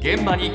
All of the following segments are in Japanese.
現場に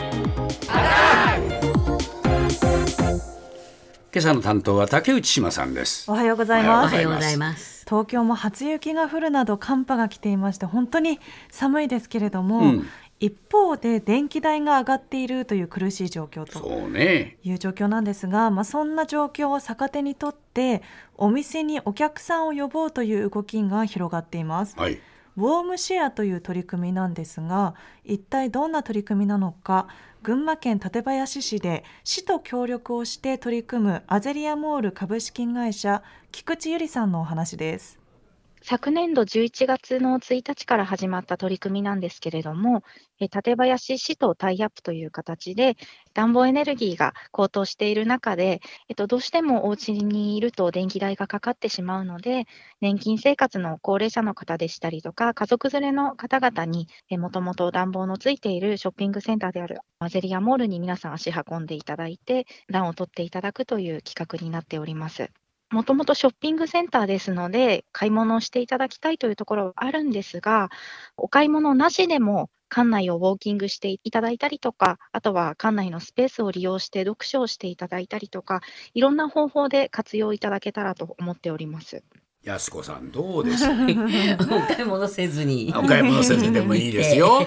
今朝の担当は竹内志麻さんです。 おはようございます。 おはようございます。 東京も初雪が降るなど寒波が来ていまして本当に寒いですけれども、一方で電気代が上がっているという苦しい状況という状況なんですが、そんな状況を逆手にとってお店にお客さんを呼ぼうという動きが広がっています。ウォームシェアという取り組みなんですが、一体どんな取り組みなのか、群馬県館林市で市と協力をして取り組むアゼリアモール株式会社菊池由里さんのお話です。 昨年度11月の1日から始まった取り組みなんですけれども、館林市とタイアップという形で暖房エネルギーが高騰している中で、どうしてもお家にいると電気代がかかってしまうので、年金生活の高齢者の方でしたりとか家族連れの方々にもともと暖房のついているショッピングセンターであるアゼリアモールに皆さん足運んでいただいて暖を取っていただくという企画になっております。もともとショッピングセンターですので、買い物をしていただきたいというところはあるんですが、お買い物なしでも館内をウォーキングしていただいたりとか、あとは館内のスペースを利用して読書をしていただいたりとか、いろんな方法で活用いただけたらと思っております。 安子さんどうですお買い物せずにお買い物せずでもいいですよ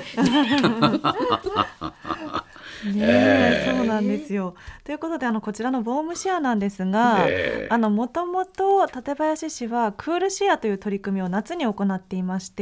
そうなんですよ。ということでこちらのウォームシェアなんですが、もともと館林市はクールシェアという取り組みを夏に行っていまして、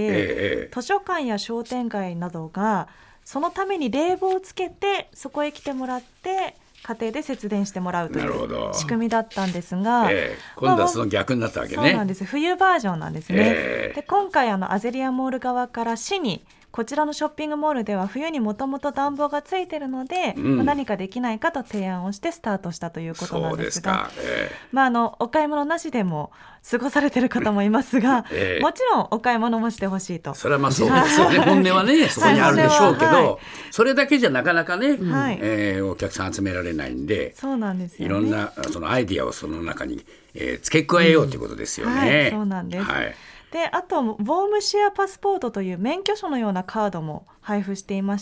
図書館や商店街などがそのために冷房をつけてそこへ来てもらって家庭で節電してもらうという仕組みだったんですが、 今度はその逆になったわけね。 そうなんです。冬バージョンなんですね。で今回アゼリアモール側から市にこちらのショッピングモールでは冬にもともと暖房がついているので、何かできないかと提案をしてスタートしたということなんですが、お買い物なしでも過ごされている方もいますが、もちろんお買い物もしてほしいと。 それはそうですよね本音はねそこにあるでしょうけど、それだけじゃなかなかね、お客さん集められないんで、 そうなんですよね、 いろんなそのアイディアをその中に、付け加えようということですよね。 そうなんです。であとウォームシェアパスポートという免許証のようなカードも配布していまして、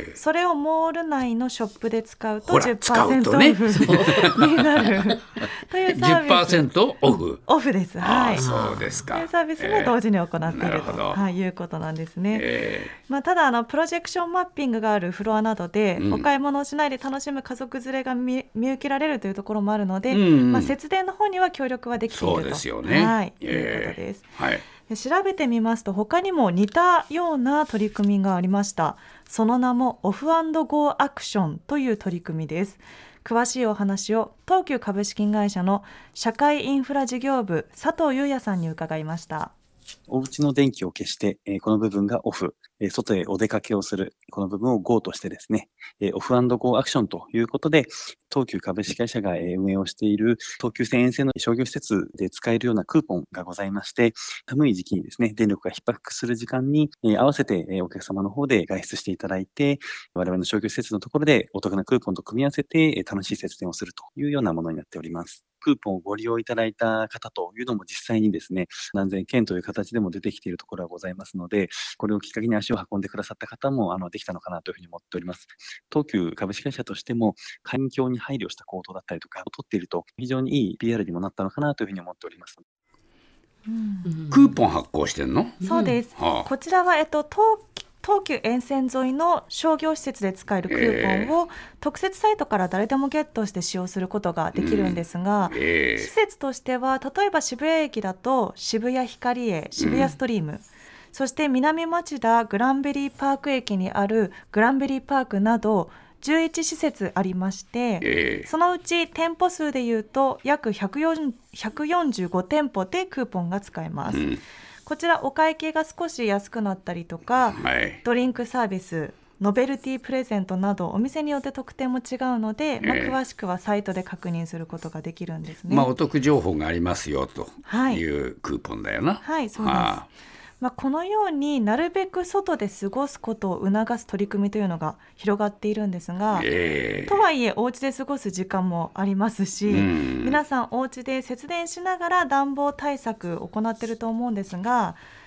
それをモール内のショップで使うと 10% オフになるというサービス。 10% オフです。 そうですか。 というサービスも同時に行っていると、いうことなんですね。ただプロジェクションマッピングがあるフロアなどで、お買い物をしないで楽しむ家族連れが見受けられるというところもあるので、節電の方には協力はできていると、 そうですよね、 いうことです。調べてみますと他にも似たような取り組みがありました。その名もオフ&ゴーアクションという取り組みです。詳しいお話を東急株式会社の社会インフラ事業部佐藤裕也さんに伺いました。 お家の電気を消して、この部分がオフ、外へお出かけをする、この部分を GO としてですね、オフ&ゴーアクションということで、東急株式会社が運営をしている東急線沿線の商業施設で使えるようなクーポンがございまして、寒い時期にですね、電力が逼迫する時間に合わせてお客様の方で外出していただいて、我々の商業施設のところでお得なクーポンと組み合わせて楽しい節電をするというようなものになっております。クーポンをご利用いただいた方というのも実際にですね、何千件という形でも出てきているところがございますので、これをきっかけに足を運んでくださった方もできたのかなというふうに思っております。東急株式会社としても環境に配慮した行動だったりとかを取っていると非常にいい PR にもなったのかなというふうに思っております。 クーポン発行してんの？ そうです。こちらは東急沿線沿いの商業施設で使えるクーポンを特設サイトから誰でもゲットして使用することができるんですが、施設としては例えば渋谷駅だと渋谷ヒカリエ、渋谷ストリーム、そして南町田グランベリーパーク駅にあるグランベリーパークなど11施設ありまして、そのうち店舗数でいうと約145店舗でクーポンが使えます。こちらお会計が少し安くなったりとか、ドリンクサービス、ノベルティプレゼントなどお店によって特典も違うので、詳しくはサイトで確認することができるんですね。 お得情報がありますよというクーポンだよな。 そうです。このようになるべく外で過ごすことを促す取り組みというのが広がっているんですが、とはいえお家で過ごす時間もありますし、皆さんお家で節電しながら暖房対策を行っていると思うんですが、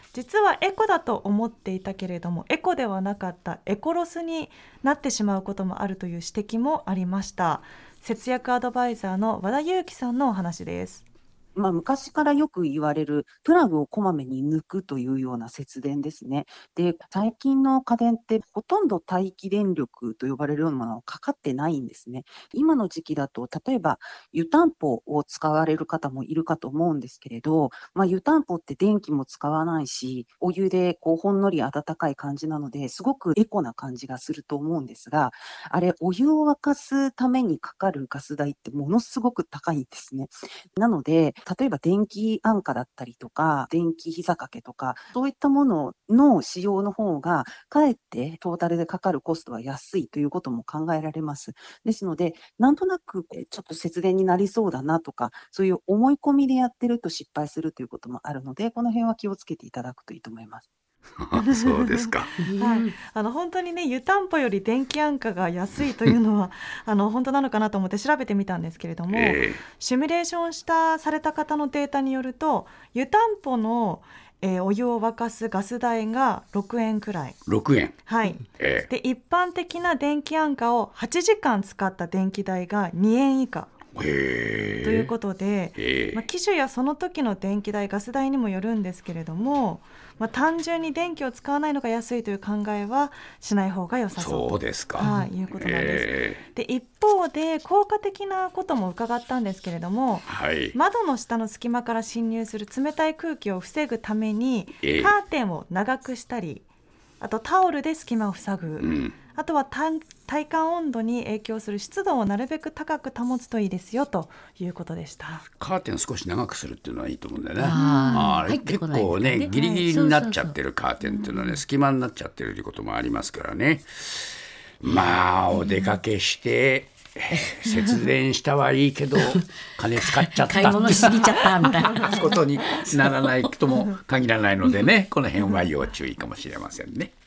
実はエコだと思っていたけれどもエコではなかったエコロスになってしまうこともあるという指摘もありました。節約アドバイザーの和田裕樹さんのお話です。 昔からよく言われるプラグをこまめに抜くというような節電ですね。で、最近の家電ってほとんど待機電力と呼ばれるようなものはかかってないんですね。今の時期だと例えば湯たんぽを使われる方もいるかと思うんですけれど、湯たんぽって電気も使わないし、お湯でほんのり温かい感じなのですごくエコな感じがすると思うんですが、あれお湯を沸かすためにかかるガス代ってものすごく高いんですね。なので例えば電気安価だったりとか電気膝掛けとかそういったものの使用の方がかえってトータルでかかるコストは安いということも考えられます。ですのでなんとなくちょっと節電になりそうだなとかそういう思い込みでやってると失敗するということもあるのでこの辺は気をつけていただくといいと思います。 そうですか。 本当にね湯たんぽより電気安価が安いというのは本当なのかなと思って調べてみたんですけれども、シミュレーションされた方のデータによると湯たんぽの、お湯を沸かすガス代が6円くらい。 6円。 はい。で一般的な電気安価を8時間使った電気代が2円以下。ということで、機種やその時の電気代ガス代にもよるんですけれども、単純に電気を使わないのが安いという考えはしない方が良さそうということなんです。で一方で効果的なことも伺ったんですけれども、窓の下の隙間から侵入する冷たい空気を防ぐために、カーテンを長くしたりあとタオルで隙間を塞ぐ、あとは体感温度に影響する湿度をなるべく高く保つといいですよということでした。 カーテンを少し長くするっていうのはいいと思うんだよね。結構ねギリギリになっちゃってるカーテンっていうのはね隙間になっちゃってるということもありますからね。お出かけして節電したはいいけど金使っちゃった買い物しすぎちゃったみたいなことにならないとも限らないのでねこの辺は要注意かもしれませんね。